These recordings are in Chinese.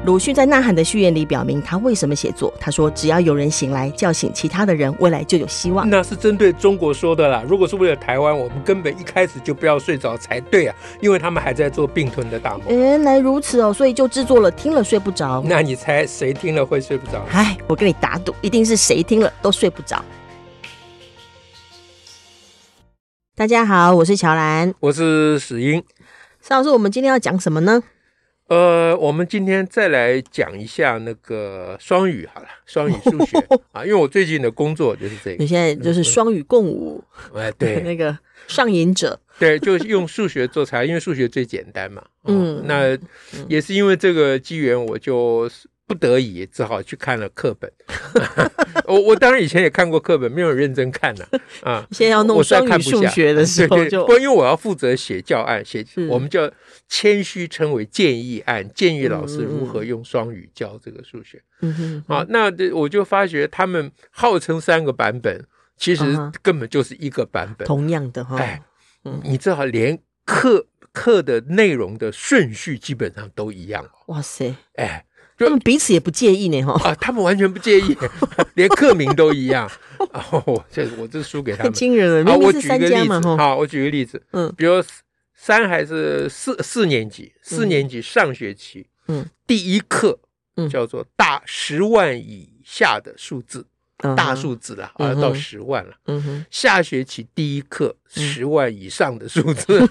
鲁迅在《呐喊》的序言里表明他为什么写作，他说只要有人醒来叫醒其他的人，未来就有希望。 那是针对中国说的啦，如果是为了台湾，我们根本一开始就不要睡着才对啊，因为他们还在做并吞的大梦。 原来如此哦，所以就制作了听了睡不着。 那你猜谁听了会睡不着？ 哎，我跟你打赌，一定是谁听了都睡不着。大家好，我是乔兰， 我是史英。 邵老师，我们今天要讲什么呢？ 我们今天再来讲一下那个双语好了，双语数学啊，因为我最近的工作就是这个。 你现在就是双语共舞， 对， 那个上瘾者， 对，就是用数学做菜，因为数学最简单嘛。那也是因为这个机缘，我就不得已只好去看了课本。我当然以前也看过课本，没有认真看呢。啊， 现在要弄双语数学的时候就， 不，因为我要负责写教案，我们叫谦虚称为建议案，建议老师如何用双语教这个数学。好，那我就发觉他们号称3个版本，其实根本就是一个版本， 同样的哈。 哎，你知道连课的内容的顺序基本上都一样。 哇塞， 哎。 他们彼此也不介意呢， 啊，他们完全不介意，连课名都一样。我这输给他们， 太惊人了。 我举一个例子， 好， 我举个例子，比如3还是4年级，4年级上学期，第一课叫做大10万以下的数字，大数字了，到10万了。下学期第一课10万以上的数字。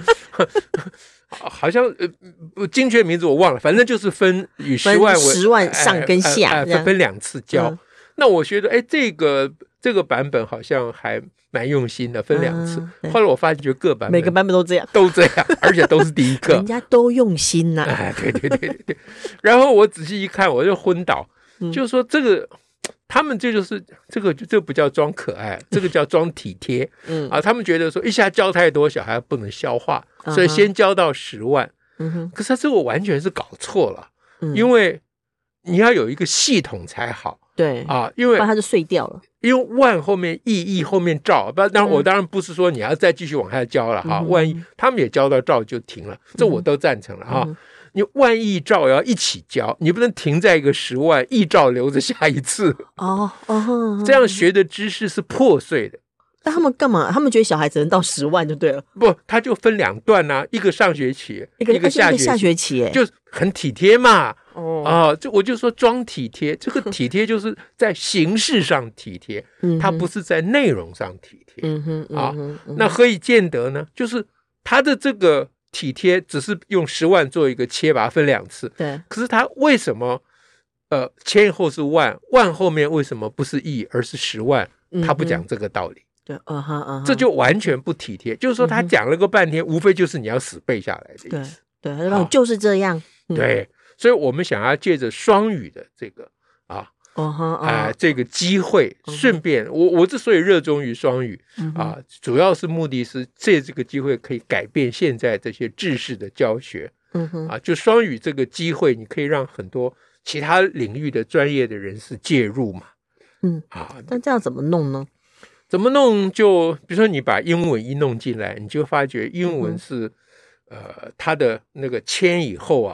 好像精确名字我忘了，反正就是分以10万为 10万上跟下， 分2次教。那我觉得这个版本好像还蛮用心的，分2次。后来我发觉各版本每个版本都这样， 而且都是第一课， 人家都用心呐。 对。然后我仔细一看，我就昏倒，就是说这个。他们就是这不叫装可爱，这个叫装体贴。他们觉得说一下教太多，小孩不能消化，所以先教到10万。可是这个完全是搞错了，因为你要有一个系统才好。 对啊，因为不然它就碎掉了。因为万后面意后面兆，我当然不是说你要再继续往下教了哈。万一他们也教到兆就停了，这我都赞成了哈。你万亿兆要一起教，你不能停在一个10万亿兆留着下一次。这样学的知识是破碎的。 那他们干嘛？他们觉得小孩只能到10万就对了。 不，他就分2段啊，一个上学期，一个下学期，就很体贴嘛。我就说装体贴，这个体贴就是在形式上体贴，它不是在内容上体贴。那何以见得呢？就是他的这个体贴只是用10万做一个切，把它分2次。 对。 可是他为什么前后是万后面为什么不是亿而是10万？他不讲这个道理。 对， 这就完全不体贴。就是说他讲了个半天，无非就是你要死背下来的意思。 对，就是这样。 对，所以我们想要借着双语的这个这个机会，顺便我之所以热衷于双语主要是目的是借这个机会可以改变现在这些制式的教学。就双语这个机会，你可以让很多其他领域的专业的人士介入嘛。 但这样怎么弄呢？ 怎么弄？就比如说你把英文一弄进来，你就发觉英文是它的那个签以后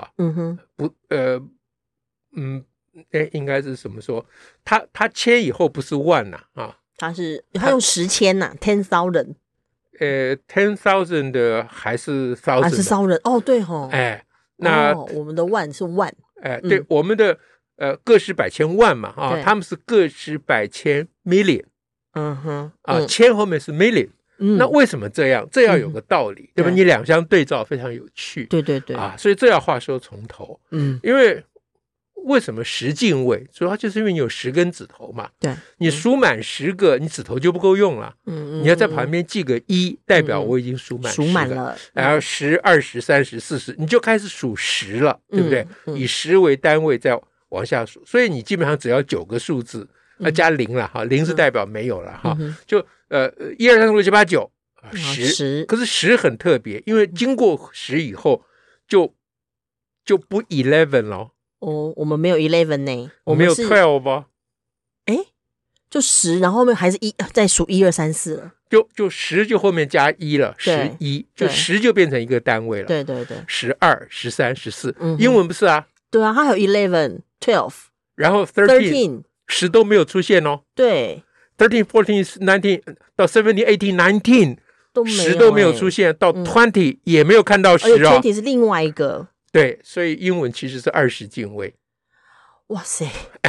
应该是什么说？它签以后不是万它用10千呐，10,000。 10,000的还是 thousand？ 还是1000？对吼。 那我们的万是万。 对，我们的个十百千万嘛他们是个十百千 million。千后面是 million。那为什么这样？这要有个道理，对吧？你2相对照非常有趣。 对所以这要话说从头。因为什么10进位？主要就是因为你有10根指头嘛。 对， 你数满10个，你指头就不够用了。你要在旁边记个1，代表我已经数满了。然后10、20、30、40，你就开始数10了，对不对？以10为单位再往下数，所以你基本上只要9个数字。加0了0是代表没有了就1、2、3、4、5、6、7、8、9 10。可是10很特别，因为经过10以后就不 11了。 我们没有11呢， 我们有12吧？ 就10，然后后面还是再数1、2、3、4了。 就10就后面加1了，11就10就变成一个单位了。 对 ，12、13、14。英文不是对啊，它还有 11、12， 然后13 10都没有出现哦。 对 ，13 14 19到17 18 19 都没有 10都没有出现，到20也没有看到10哦。 而且20是另外一个。 对，所以英文其实是20进位。 哇塞！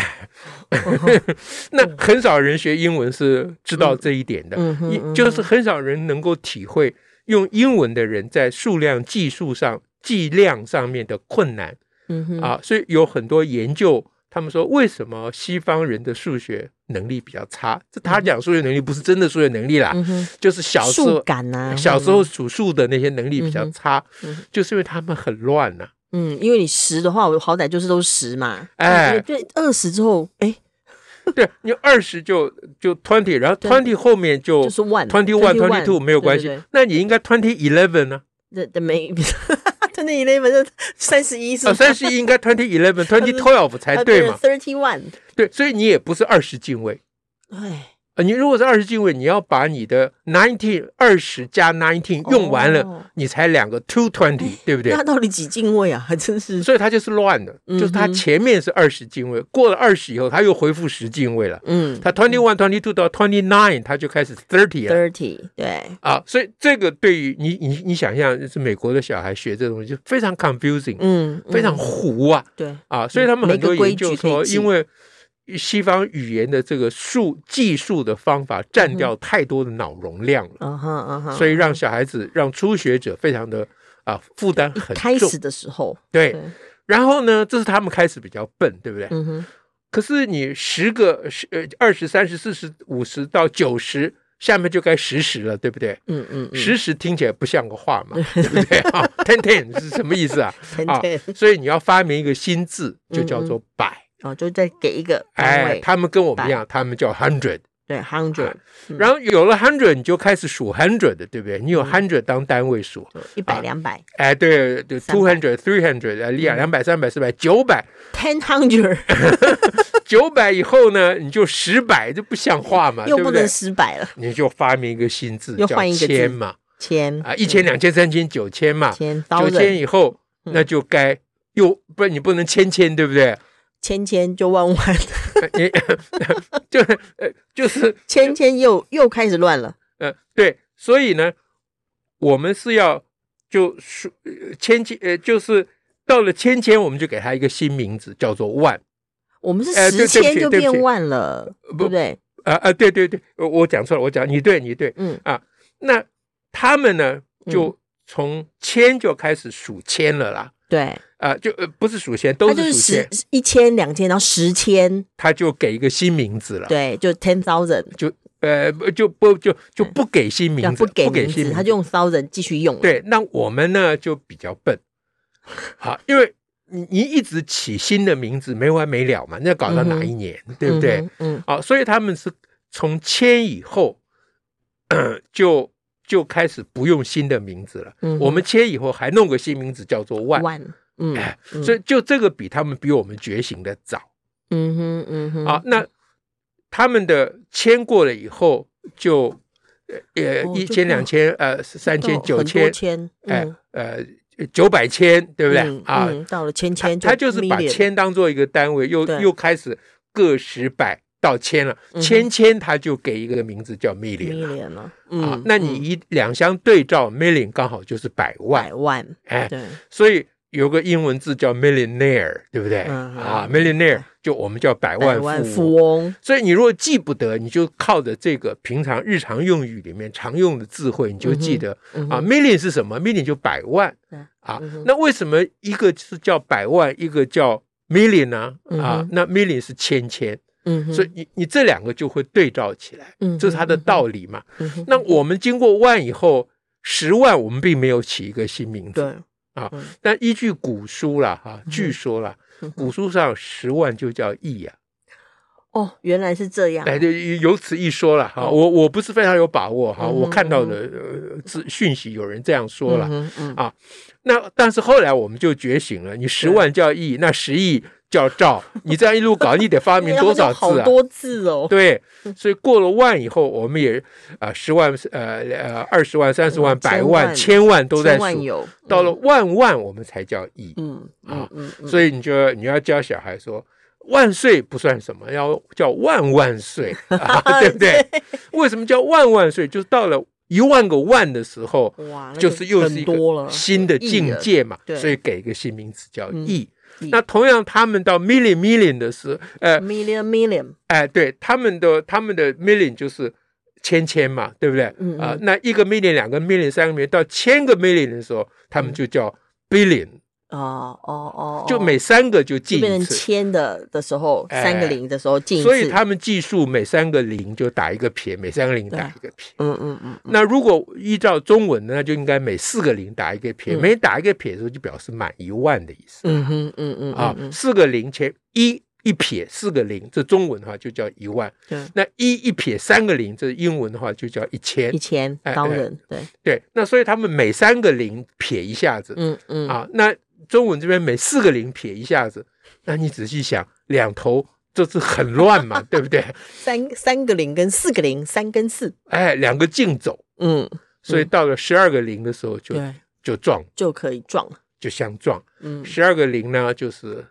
那很少人学英文是知道这一点的，就是很少人能够体会用英文的人在数量计数上计量上面的困难。所以有很多研究，他们说为什么西方人的数学能力比较差？这他讲数学能力不是真的数学能力啦，就是小时候小时候数数的那些能力比较差，就是因为他们很乱啊。 因为你10的话，我好歹就是都10嘛。对，20之后， 对，你20就20，然后20后面就是 1 21 22没有关系。那你应该2011呢？ 没2011就31是吗 ？31应该2011 2012才对嘛 ？31 对，所以你也不是20进位。你如果是20进位，你要把你的20加19用完了，你才2个220，对不对？ 那到底几进位啊？还真是， 所以它就是乱的，就是它前面是20进位，过了20以后，它又恢复10进位了。它21 22到29，它就开始30了。 对所以这个对于你想象，是美国的小孩学这种东西就非常 confusing，非常糊啊。 对所以他们很多研究说，因为西方语言的这个计数的方法占掉太多的脑容量了，所以让小孩子让初学者非常的负担很重。 开始的时候， 对，然后呢，这是他们开始比较笨，对不对？可是你10个20 30 40 50到90，下面就该10了，对不对？10听起来不像个话嘛，对不对？10是什么意思啊？所以你要发明一个新字，就叫做百。 就再给一个单位。 他们跟我们一样，他们叫 100。 对 100， 然后有了100，你就开始数100的，对不对？你有100当单位数 ，100、200。 对，200、300、200、300、400、900。 1000 900以后呢，你就10百，就不像话嘛， 又不能10百了， 你就发明一个新字， 又换一个千嘛 ，1000 1000、2000、3000、9000嘛 ，9000 以后，那就该你不能千，对不对 ？1000就万， 就是 1000又开始乱了。 对，所以呢，我们是要就就是到了1000，我们就给它一个新名字，叫做万。 我们是10,000就变万了，对不对？ 对，我讲错了，你对，那他们呢，就从1000就开始数千了啦。 对， 就不是数千，都是数千 ，1000、2000，然后10,000， 他就给一个新名字了。 对，就10,000， 就不给新名字，不给新名字， 他就用1000继续用。 对，那我们呢就比较笨，因为你一直起新的名字没完没了嘛，那搞到哪一年，对不对？所以他们是从1000以后，就开始不用新的名字了。我们1000以后还弄个新名字叫做万。所以就这个比我们觉醒的早。那他们的1000过了以后，就1000、2000、3000、9000，900千，对不对？ 到了1000， 他就是把1000当做一个单位，又开始个10百到1000了，1000他就给一个名字叫 million 了。那你两相对照 ，million 刚好就是100万。 对， 所以有个英文字叫 millionaire， 对不对？millionaire 就我们叫100万富翁。所以你如果记不得，你就靠着这个平常日常用语里面常用的智慧，你就记得million 是什么 ？million 就100万那为什么一个是叫100万，一个叫 million 呢？那 million 是千。所以你这两个就会对照起来，这是它的道理嘛。那我们经过万以后，10万我们并没有起一个新名字。但依据古书啦，据说啦，古书上10万就叫亿啊。 原来是这样。 有此一说了哈。我不是非常有把握哈，我看到的讯息有人这样说了那但是后来我们就觉醒了，你10万叫亿，那10亿叫兆，你这样一路搞，你得发明多少字啊？ 好多字哦。 对，所以过了万以后，我们也10万、20万、30万、100万、1000万都在数，到了万我们才叫亿。所以你要教小孩说，万岁不算什么，要叫万岁对不对？为什么叫万岁？就是到了10000个万的时候，就是又是一个新的境界嘛，所以给一个新名词叫亿。那同样他们到 million 的时候 million 对，他们的 million 就是千嘛，对不对？那1个 million 2个 million 3个 million 到1000个 million 的时候，他们就叫 billion。就每3个就进一次， 变成1000的时候，3个0的时候进一次， 所以他们计数每3个0就打一个撇，每3个0打一个撇。那如果依照中文呢，那就应该每4个0打一个撇，每打一个撇的时候就表示满1万的意思。4个0前一撇4个0，这中文的话就叫1万。那一撇3个0，这英文的话就叫1000。 1000， 对。那所以他们每3个0撇一下子，那中文这边每4个0撇一下子，那你仔细想，两头这是很乱嘛，对不对？ 三个0跟4个0，3跟4， 两个竞走，所以到了12个0的时候就撞， 就可以撞， 就相撞。12个0呢，就是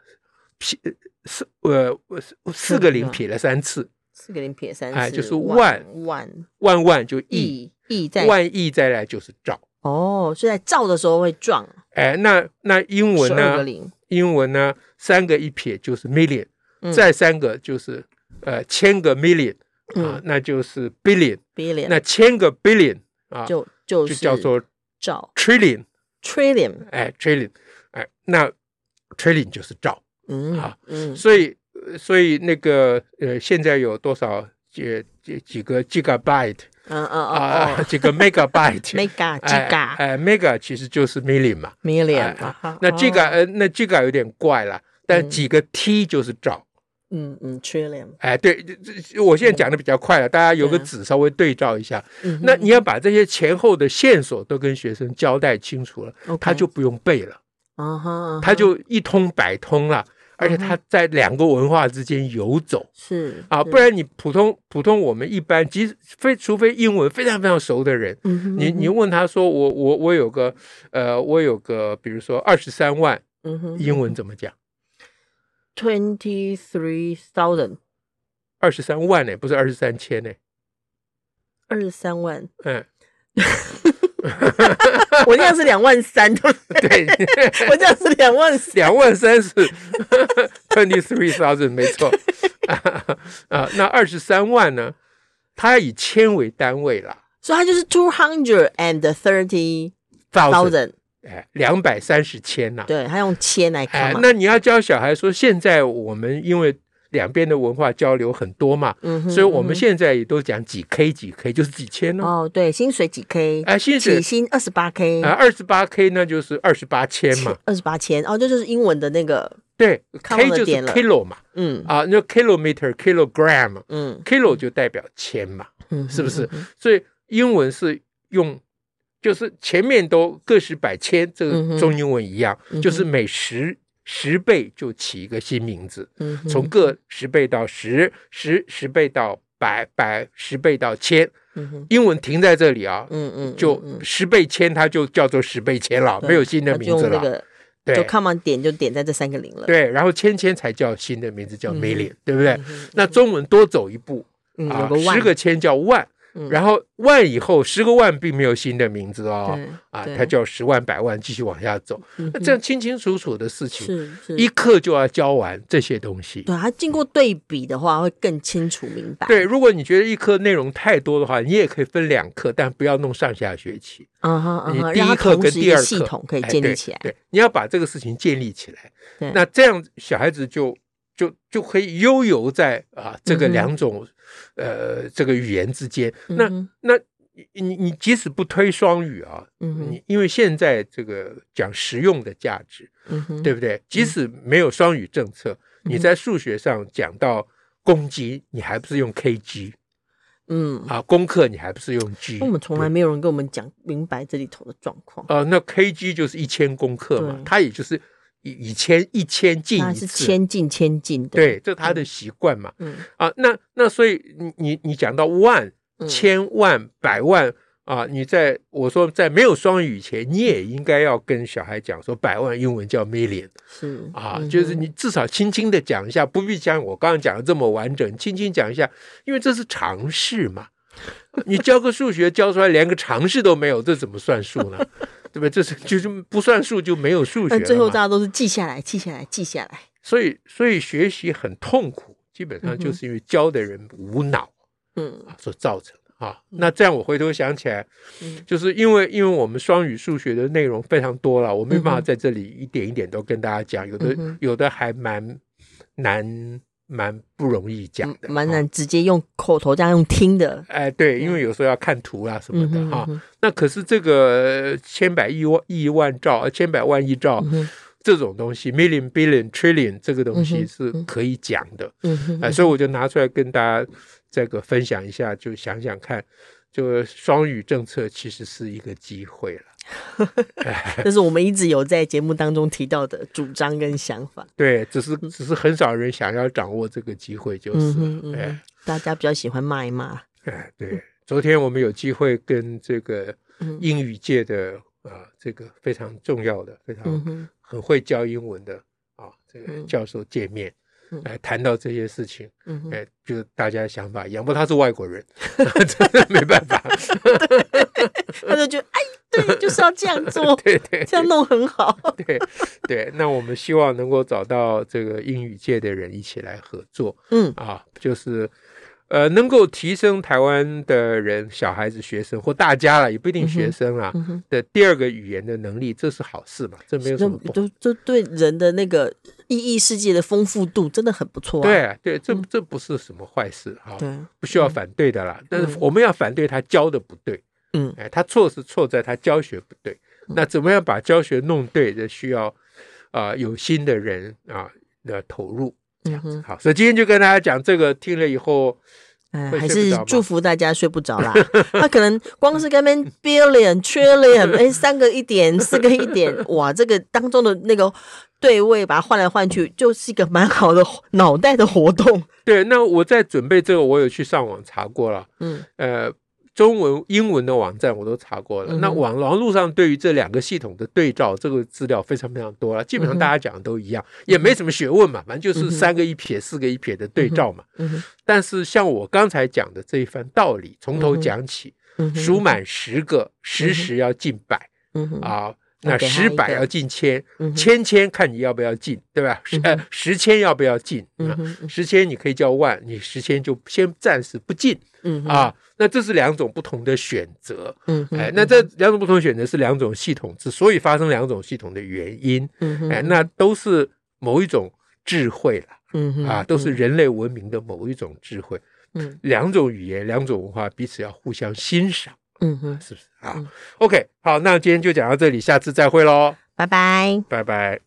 4个0撇了3次 ，4个0撇3次， 就是万就亿，万亿再来就是兆。 是在兆的时候会撞。 那英文呢？英文呢？3个1撇就是 million，再3个就是1000个 million 那就是 billion。那1000个 billion 就叫做兆 trillion。 trillion， 那 trillion 就是兆。所以那个现在有多少几个 gigabyte？几个 megabyte，mega 其实就是 million 嘛 ，million。 那 giga 有点怪了，但几个 T 就是兆。 trillion。 对，我现在讲的比较快了，大家有个纸稍微对照一下。那你要把这些前后的线索都跟学生交代清楚了，他就不用背了，他就一通百通了。而且他在2个文化之间游走，不然你普通我们一般，除非英文非常非常熟的人，你问他说我有个比如说23万，英文怎么讲 ？23,000。 23万呢，不是23千呢 ？23万。我这样是23000，对，我这样是 23000是23,000，没错。那23万呢？它以千为单位啦， 所以它就是230,000，230 千呐。 对，它用千来看嘛。 那你要教小孩说，现在我们因为两边的文化交流很多嘛，所以我们现在也都讲几 K 就是几千哦。 对，薪水几 K， 薪水起薪28K， 28K 那就是28千嘛 ，28千这就是英文的那个对 K 就是 kilo 嘛，那 kilometer、kilogram，kilo 就代表千嘛，是不是？所以英文是用，就是前面都个十百千，这个中英文一样，就是每10倍就起一个新名字，从个10倍到10倍到100 10倍到1000，英文停在这里啊，就10倍1000它就叫做10倍1000了，没有新的名字了。 对，就 common 点就点在这3个0了。 对，然后1000才叫新的名字，叫 million，对不对？那中文多走一步，10个千叫万。然后万以后10个万并没有新的名字哦，它叫10万100万继续往下走，那这样清清楚楚的事情，一课就要教完这些东西。 对，它经过对比的话会更清楚明白。 对，如果你觉得一课内容太多的话，你也可以分2课，但不要弄上下学期。你第一课跟第二课系统可以建立起来。 对，你要把这个事情建立起来。那这样小孩子就可以悠游在这个2种这个语言之间。那你即使不推双语啊，因为现在这个讲实用的价值，对不对？即使没有双语政策，你在数学上讲到公斤，你还不是用 kg？功课你还不是用 G？ 我们从来没有人跟我们讲明白这里头的状况。 那 kg 就是1000公克嘛，它也就是以前一千进一次， 是千进的， 对，这是他的习惯嘛。那所以你讲到万、千万、百万啊，我说在没有双语以前，你也应该要跟小孩讲说百万英文叫 million， 是啊，就是你至少轻轻的讲一下，不必像我刚刚讲的这么完整，轻轻讲一下，因为这是常识嘛。你教个数学教出来连个常识都没有，这怎么算数呢？对不对？这是就是不算数就没有数学了嘛。 最后大家都是记下来。 所以学习很痛苦，基本上就是因为教的人无脑，所造成的啊。那这样我回头想起来，就是因为我们双语数学的内容非常多了，我没办法在这里一点一点都跟大家讲，有的还蛮不容易讲的， 蛮难直接用口头这样用听的。 对，因为有时候要看图啦什么的哈。那可是这个千百亿万兆、千百万亿兆这种东西 ，million billion trillion 这个东西是可以讲的。所以我就拿出来跟大家这个分享一下，就想想看，就双语政策其实是一个机会了。 这是我们一直有在节目当中提到的主张跟想法。 对，只是很少人想要掌握这个机会，就是大家比较喜欢骂一骂。 对，昨天我们有机会跟这个英语界的这个非常重要的、非常很会教英文的这个教授见面。谈到这些事情，就大家想法一样，不过他是外国人，真的没办法， 他就觉得对，就是要这样做， 对， 这样弄很好， 对。那我们希望能够找到这个英语界的人一起来合作，就是能够提升台湾的人、小孩子、学生或大家了，也不一定学生啦的第二个语言的能力，这是好事嘛？这没有什么不好， 这对人的那个意义世界的丰富度真的很不错啊。 对，这不是什么坏事哈，不需要反对的啦。但是我们要反对他教的不对，他错是错在他教学不对。那怎么样把教学弄对？这需要有心的人的投入。这样子好，所以今天就跟大家讲这个，听了以后还是祝福大家睡不着啦。他可能光是跟 billion trillion 3个1点4个1点，哇，这个当中的那个对位把它换来换去，就是一个蛮好的脑袋的活动。 对，那我在准备这个，我有去上网查过了，中文、英文的网站我都查过了。那网络上对于这两个系统的对照，这个资料非常非常多了。基本上大家讲的都一样，也没什么学问嘛，反正就是3个1撇、4个1撇的对照嘛。但是像我刚才讲的这一番道理，从头讲起，数满10个，10要进100那10、100要进千，1000看你要不要进，对吧？10千要不要进？10千你可以叫万，你10千就先暂时不进那这是2种不同的选择。那这2种不同的选择是2种系统，之所以发生2种系统的原因，那都是某一种智慧了，都是人类文明的某一种智慧。2种语言、2种文化彼此要互相欣赏。是不是OK， 好，那今天就讲到这里，下次再会咯， 拜拜， 拜拜。